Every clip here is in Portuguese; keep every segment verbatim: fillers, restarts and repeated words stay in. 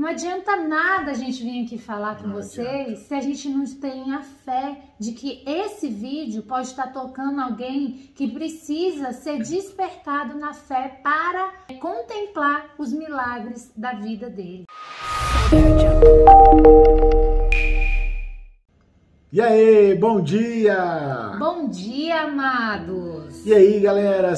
Não adianta nada a gente vir aqui falar com vocês se a gente não tem a fé de que esse vídeo pode estar tocando alguém que precisa ser despertado na fé para contemplar os milagres da vida dele. E aí, bom dia! Bom dia, amados! E aí, galera,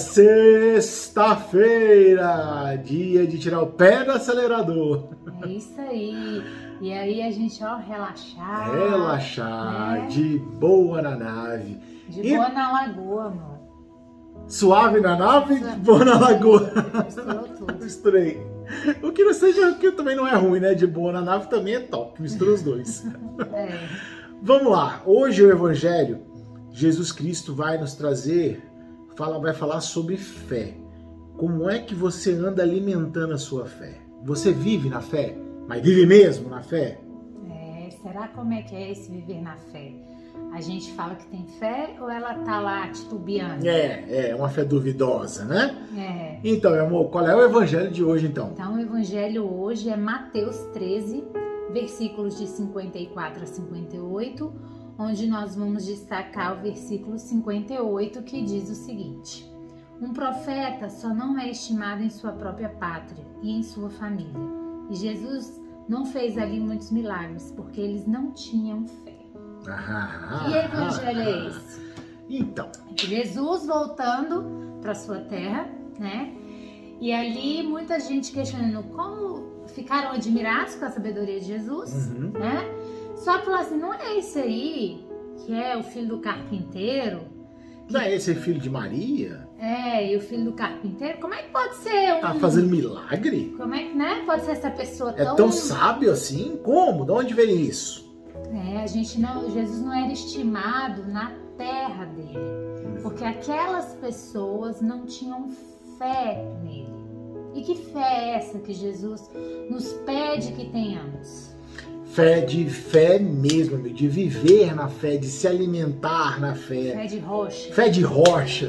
sexta-feira, dia de tirar o pé do acelerador. É isso aí. E aí a gente, ó, relaxar. Relaxar, né? de boa na nave. De E boa na lagoa, amor. suave na nave, de boa na lagoa. Misturou tudo. Misturei. O que não seja, o que também não é ruim, né? De boa na nave também é top, mistura os dois. É. Vamos lá, hoje o Evangelho, Jesus Cristo vai nos trazer, fala, vai falar sobre fé. Como é que você anda alimentando a sua fé? Você vive na fé? Mas vive mesmo na fé? É, será como é que é esse viver na fé? A gente fala que tem fé ou ela tá lá titubeando? É, é uma fé duvidosa, né? É. Então, meu amor, qual é o Evangelho de hoje então? Então o Evangelho hoje é Mateus treze, versículos de cinquenta e quatro a cinquenta e oito, onde nós vamos destacar o versículo cinquenta e oito, que diz o seguinte: um profeta só não é estimado em sua própria pátria e em sua família. E Jesus não fez ali muitos milagres, porque eles não tinham fé. Ah, Que evangelho ah, é esse? Então. Jesus voltando para sua terra, né? E ali muita gente questionando como ficaram admirados com a sabedoria de Jesus, Uhum. né? Só que falou assim, não é esse aí que é o filho do carpinteiro? Não é esse filho de Maria? É, e o filho do carpinteiro? Como é que pode ser um... Tá fazendo milagre? Como é que, né? Pode ser essa pessoa É tão... tão sábio assim? Como? De onde veio isso? É, a gente não... Jesus não era estimado na terra dele. Porque aquelas pessoas não tinham fé nele. E que fé é essa que Jesus nos pede que tenhamos? Fé de fé mesmo, amigo, de viver na fé, de se alimentar na fé. Fé de rocha. Fé de rocha.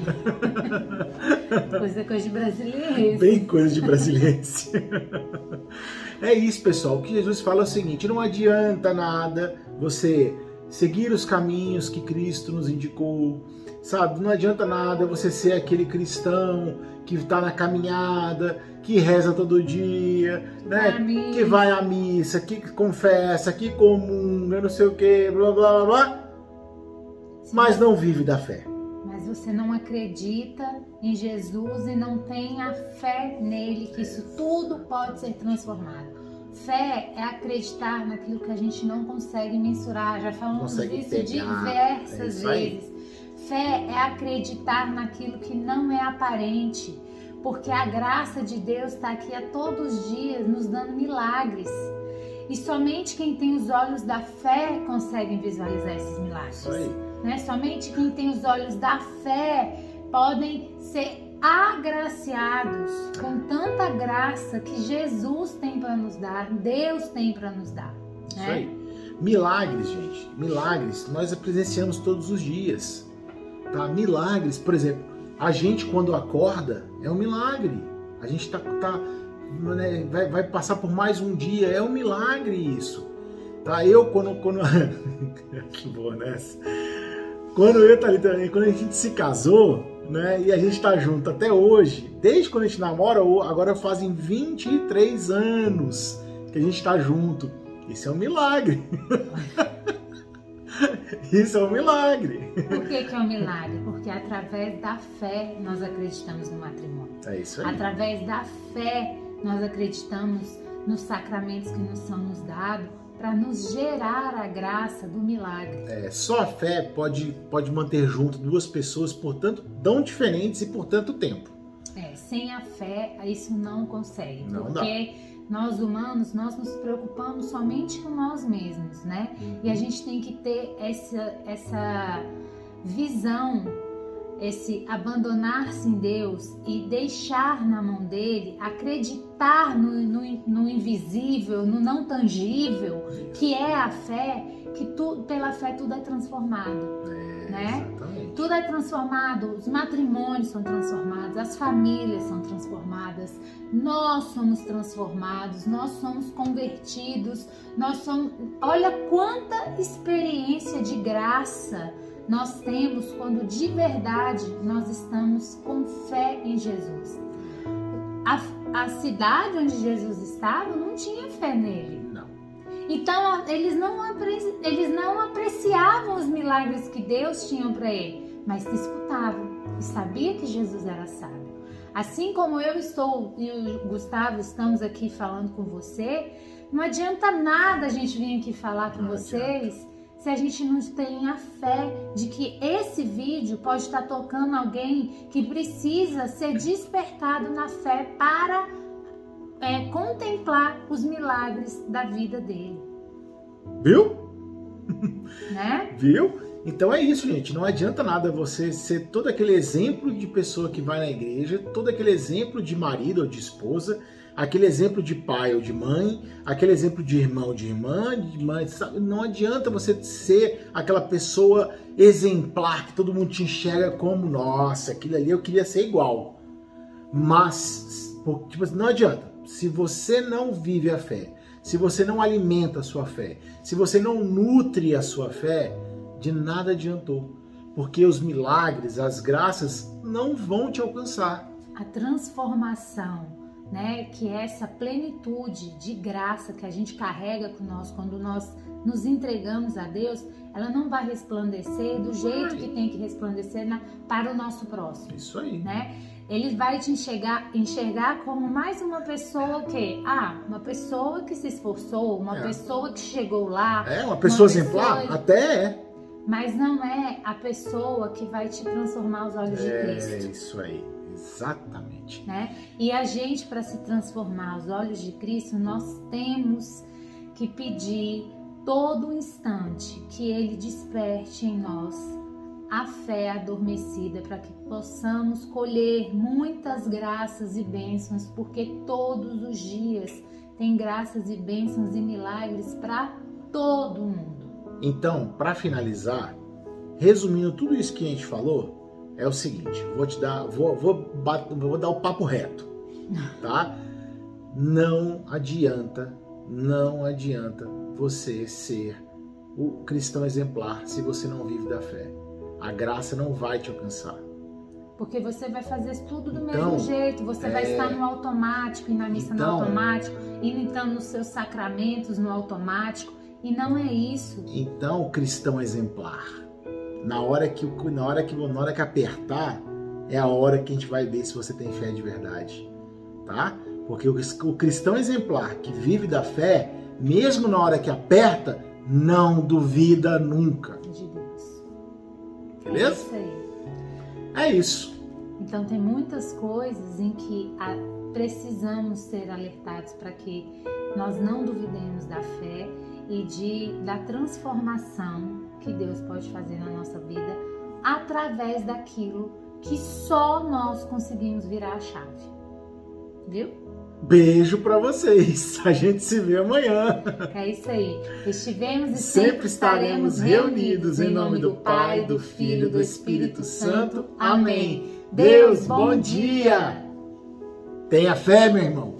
Coisa, coisa de brasileiro. Bem coisa de brasileiro. É isso, pessoal. O que Jesus fala é o seguinte: não adianta nada você seguir os caminhos que Cristo nos indicou, sabe? Não adianta nada você ser aquele cristão que está na caminhada, que reza todo dia, né? Que vai à missa, que confessa, que comunga, não sei o que, blá blá blá blá, mas não vive da fé. Mas você não acredita em Jesus e não tem a fé nele, que isso tudo pode ser transformado. Fé é acreditar naquilo que a gente não consegue mensurar. Já falamos Consegue disso pegar. diversas É isso aí. vezes. Fé é acreditar naquilo que não é aparente, porque a graça de Deus está aqui a todos os dias nos dando milagres. E somente quem tem os olhos da fé consegue visualizar esses milagres. Isso aí. Né? Somente quem tem os olhos da fé podem ser agraciados com tanta graça que Jesus tem para nos dar, Deus tem para nos dar. Isso né? aí. Milagres, gente. Milagres nós presenciamos todos os dias. Tá? Milagres, por exemplo, a gente quando acorda é um milagre. A gente tá, tá, né, vai, vai passar por mais um dia, é um milagre isso. Tá? Eu quando... quando... que boa nessa. Quando eu tá ali também, quando a gente se casou, né, e a gente tá junto até hoje, desde quando a gente namora, agora fazem vinte e três anos que a gente tá junto. Isso é um milagre. Isso é um milagre. Por que que é um milagre? Porque através da fé nós acreditamos no matrimônio. É isso aí. Através da fé nós acreditamos nos sacramentos que nos são nos dados para nos gerar a graça do milagre. É, só a fé pode, pode manter junto duas pessoas por tanto, tão diferentes e por tanto tempo. É, sem a fé isso não consegue. Não porque dá. Nós humanos, nós nos preocupamos somente com nós mesmos, né? Uhum. E a gente tem que ter essa, essa visão, esse abandonar-se em Deus e deixar na mão dele, acreditar no, no, no invisível, no não tangível, que é a fé, que tu, pela fé tudo é transformado. É, né? Exatamente. Tudo é transformado, os matrimônios são transformados, as famílias são transformadas, nós somos transformados, nós somos convertidos, nós somos... Olha quanta experiência de graça nós temos quando de verdade nós estamos com fé em Jesus. A, a cidade onde Jesus estava não tinha fé nele. Não. Então eles não, apre, eles não apreciavam os milagres que Deus tinha para ele, mas escutavam e sabia que Jesus era sábio. Assim como eu estou e o Gustavo estamos aqui falando com você, não adianta nada a gente vir aqui falar com não vocês adianta. Se a gente não tem a fé de que esse vídeo pode estar tocando alguém que precisa ser despertado na fé para é, contemplar os milagres da vida dele. Viu? Né? Viu? Então é isso, gente. Não adianta nada você ser todo aquele exemplo de pessoa que vai na igreja, todo aquele exemplo de marido ou de esposa, aquele exemplo de pai ou de mãe, aquele exemplo de irmão ou de irmã, de mãe, sabe? Não adianta você ser aquela pessoa exemplar que todo mundo te enxerga como, nossa, aquilo ali eu queria ser igual. Mas, tipo, não adianta. Se você não vive a fé, se você não alimenta a sua fé, se você não nutre a sua fé, de nada adiantou. Porque os milagres, as graças não vão te alcançar. A transformação, né, que é essa plenitude de graça que a gente carrega com nós quando nós nos entregamos a Deus, ela não vai resplandecer do jeito que tem que resplandecer na, para o nosso próximo. Isso aí. Né? Ele vai te enxergar, enxergar como mais uma pessoa que, ah, uma pessoa que se esforçou, uma é. pessoa que chegou lá. É, uma pessoa uma exemplar? Pessoa... Até é. Mas não é a pessoa que vai te transformar os olhos é, de Cristo. É isso aí. Exatamente. Né? E a gente, para se transformar aos olhos de Cristo, nós temos que pedir todo instante que Ele desperte em nós a fé adormecida para que possamos colher muitas graças e bênçãos, porque todos os dias tem graças e bênçãos e milagres para todo mundo. Então, para finalizar, resumindo tudo isso que a gente falou, é o seguinte, vou te dar, vou, vou, vou dar o papo reto, tá? Não adianta, não adianta você ser o cristão exemplar se você não vive da fé. A graça não vai te alcançar. Porque você vai fazer tudo do então, mesmo jeito, você é... vai estar no automático, e na missa então, no automático, indo então nos seus sacramentos no automático, e não é isso. Então, o cristão exemplar, na hora que, na hora que, na hora que apertar, é a hora que a gente vai ver se você tem fé de verdade, tá? Porque o, o cristão exemplar que vive da fé, mesmo na hora que aperta, não duvida nunca. De Deus. Beleza? É isso aí. É isso. Então tem muitas coisas em que a, precisamos ser alertados para que nós não duvidemos da fé e de, da transformação que Deus pode fazer na nossa vida através daquilo que só nós conseguimos virar a chave. Viu? Beijo pra vocês. A gente se vê amanhã. É isso aí. Estivemos e sempre, sempre estaremos reunidos em nome do Pai, do Filho e do Espírito Santo. Amém. Deus, bom dia. Tenha fé, meu irmão.